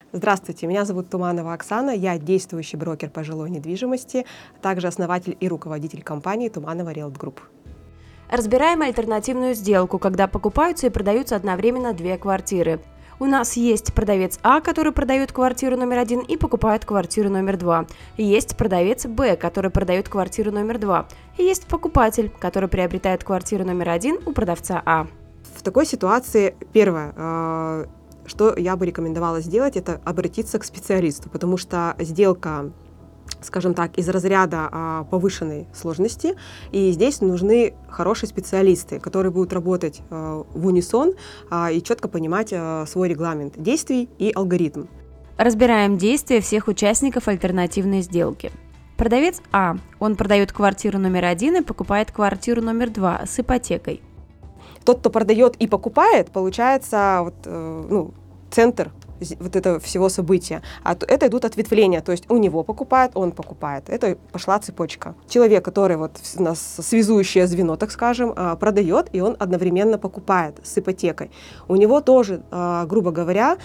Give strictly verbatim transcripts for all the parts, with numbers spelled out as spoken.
Здравствуйте, меня зовут Туманова Оксана, я действующий брокер по жилой недвижимости, также основатель и руководитель компании Туманова Риэлт Групп. Разбираем альтернативную сделку, когда покупаются и продаются одновременно две квартиры. У нас есть продавец А, который продает квартиру номер один и покупает квартиру номер два. Есть продавец Б, который продает квартиру номер два. И есть покупатель, который приобретает квартиру номер один у продавца А. В такой ситуации первое, что я бы рекомендовала сделать, это обратиться к специалисту, потому что сделка, скажем так, из разряда а, повышенной сложности, и здесь нужны хорошие специалисты, которые будут работать а, в унисон а, и четко понимать а, свой регламент действий и алгоритм. Разбираем действия всех участников альтернативной сделки. Продавец А. Он продает квартиру номер один и покупает квартиру номер два с ипотекой. Тот, кто продает и покупает, получается вот, э, ну, центр вот этого всего события. А это идут ответвления, то есть у него покупает, он покупает. Это пошла цепочка. Человек, который вот у нас связующее звено, так скажем, продает, и он одновременно покупает с ипотекой. У него тоже, грубо говоря,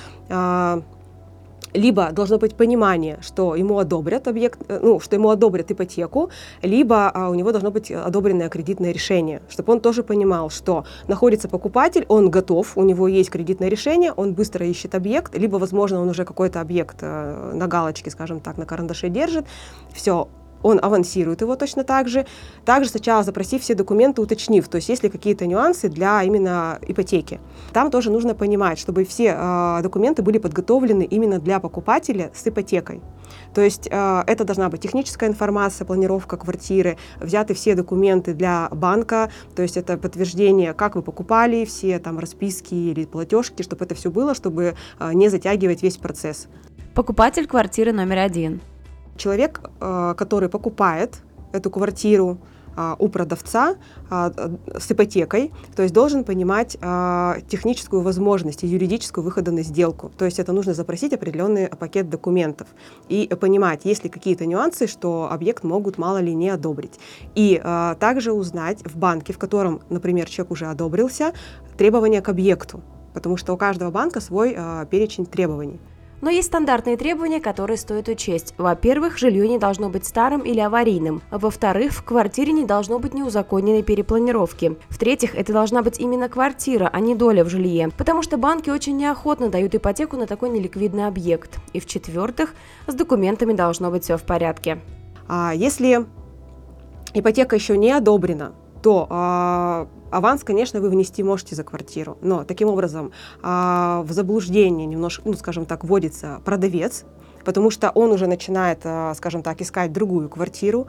либо должно быть понимание, что ему одобрят объект, ну, что ему одобрят ипотеку, либо а, у него должно быть одобренное кредитное решение, чтобы он тоже понимал, что находится покупатель, он готов, у него есть кредитное решение, он быстро ищет объект, либо, возможно, он уже какой-то объект э, на галочке, скажем так, на карандаше держит, все. Он авансирует его точно так же. Также сначала запросив все документы, уточнив, то есть есть ли какие-то нюансы для именно ипотеки. Там тоже нужно понимать, чтобы все э, документы были подготовлены именно для покупателя с ипотекой. То есть э, это должна быть техническая информация, планировка квартиры, взяты все документы для банка, то есть это подтверждение, как вы покупали, все там расписки или платежки, чтобы это все было, чтобы э, не затягивать весь процесс. Покупатель квартиры номер один. Человек, который покупает эту квартиру у продавца с ипотекой, то есть должен понимать техническую возможность и юридическую выхода на сделку. То есть это нужно запросить определенный пакет документов и понимать, есть ли какие-то нюансы, что объект могут мало ли не одобрить. И также узнать в банке, в котором, например, человек уже одобрился, требования к объекту, потому что у каждого банка свой перечень требований. Но есть стандартные требования, которые стоит учесть. Во-первых, жилье не должно быть старым или аварийным. Во-вторых, в квартире не должно быть неузаконенной перепланировки. В-третьих, это должна быть именно квартира, а не доля в жилье, потому что банки очень неохотно дают ипотеку на такой неликвидный объект. И в-четвертых, с документами должно быть все в порядке. А если ипотека еще не одобрена, то а, аванс, конечно, вы внести можете за квартиру, но таким образом а, в заблуждение немножко, ну, скажем так, вводится продавец, потому что он уже начинает, а, скажем так, искать другую квартиру,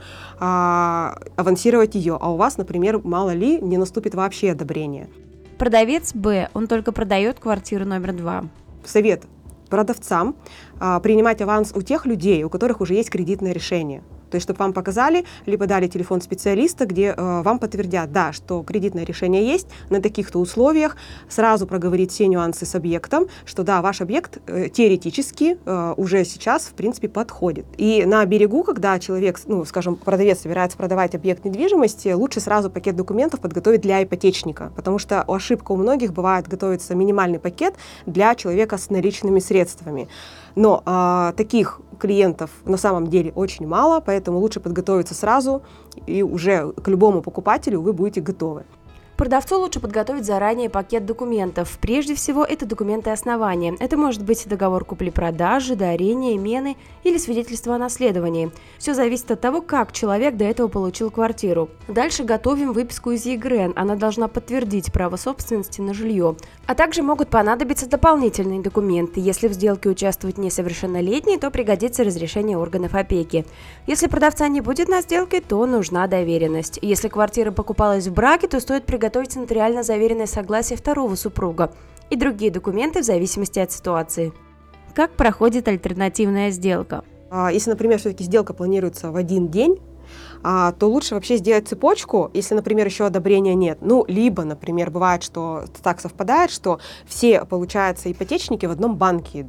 а, авансировать ее, а у вас, например, мало ли, не наступит вообще одобрение. Продавец Б, он только продает квартиру номер два. Совет продавцам а, принимать аванс у тех людей, у которых уже есть кредитное решение. То есть, чтобы вам показали, либо дали телефон специалиста, где э, вам подтвердят, да, что кредитное решение есть на таких-то условиях, сразу проговорить все нюансы с объектом, что да, ваш объект э, теоретически э, уже сейчас, в принципе, подходит. И на берегу, когда человек, ну, скажем, продавец собирается продавать объект недвижимости, лучше сразу пакет документов подготовить для ипотечника, потому что ошибка у многих бывает готовится минимальный пакет для человека с наличными средствами. Но а, таких клиентов на самом деле очень мало, поэтому лучше подготовиться сразу, и уже к любому покупателю вы будете готовы. Продавцу лучше подготовить заранее пакет документов. Прежде всего, это документы основания. Это может быть договор купли-продажи, дарения, мены или свидетельство о наследовании. Все зависит от того, как человек до этого получил квартиру. Дальше готовим выписку из ЕГРН. Она должна подтвердить право собственности на жилье. А также могут понадобиться дополнительные документы. Если в сделке участвуют несовершеннолетние, то пригодится разрешение органов опеки. Если продавца не будет на сделке, то нужна доверенность. Если квартира покупалась в браке, то стоит приготовить готовить нотариально заверенное согласие второго супруга и другие документы в зависимости от ситуации. Как проходит альтернативная сделка? Если, например, все-таки сделка планируется в один день, то лучше вообще сделать цепочку, если, например, еще одобрения нет. Ну, либо, например, бывает, что так совпадает, что все, получается, ипотечники в одном банке идут.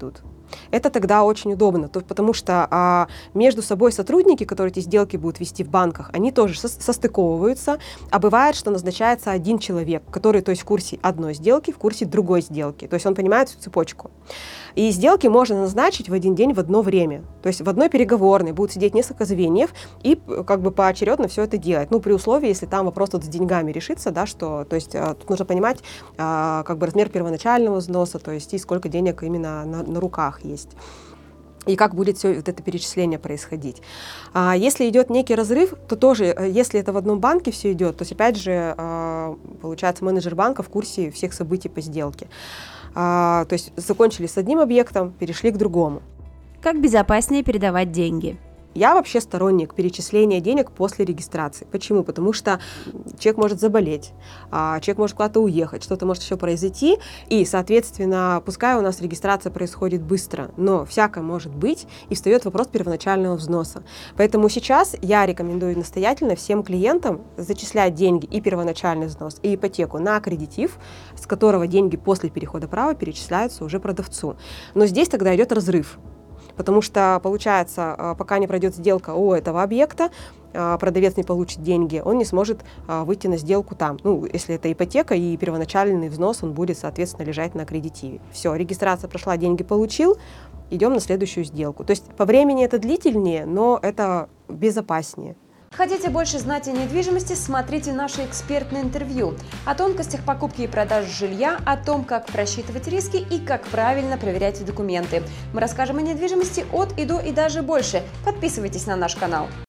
Это тогда очень удобно, то, потому что а, между собой сотрудники, которые эти сделки будут вести в банках, они тоже со состыковываются, а бывает, что назначается один человек, который, то есть, в курсе одной сделки, в курсе другой сделки, то есть он понимает всю цепочку. И сделки можно назначить в один день в одно время, то есть в одной переговорной будут сидеть несколько звеньев и как бы поочередно все это делать, ну, при условии, если там вопрос вот с деньгами решится, да, что, то есть тут нужно понимать а, как бы размер первоначального взноса, то есть и сколько денег именно на, на руках есть. И как будет все вот это перечисление происходить. А если идет некий разрыв, то тоже, если это в одном банке все идет, то есть опять же, а, получается, менеджер банка в курсе всех событий по сделке. А, то есть закончили с одним объектом, перешли к другому. Как безопаснее передавать деньги? Я вообще сторонник перечисления денег после регистрации. Почему? Потому что человек может заболеть, человек может куда-то уехать, что-то может еще произойти, и, соответственно, пускай у нас регистрация происходит быстро, но всякое может быть, и встает вопрос первоначального взноса. Поэтому сейчас я рекомендую настоятельно всем клиентам зачислять деньги и первоначальный взнос, и ипотеку на аккредитив, с которого деньги после перехода права перечисляются уже продавцу. Но здесь тогда идет разрыв. Потому что, получается, пока не пройдет сделка у этого объекта, продавец не получит деньги, он не сможет выйти на сделку там. Ну, если это ипотека и первоначальный взнос, он будет, соответственно, лежать на аккредитиве. Все, регистрация прошла, деньги получил, идем на следующую сделку. То есть по времени это длительнее, но это безопаснее. Хотите больше знать о недвижимости, смотрите наше экспертное интервью о тонкостях покупки и продажи жилья, о том, как просчитывать риски и как правильно проверять документы. Мы расскажем о недвижимости от и до и даже больше. Подписывайтесь на наш канал.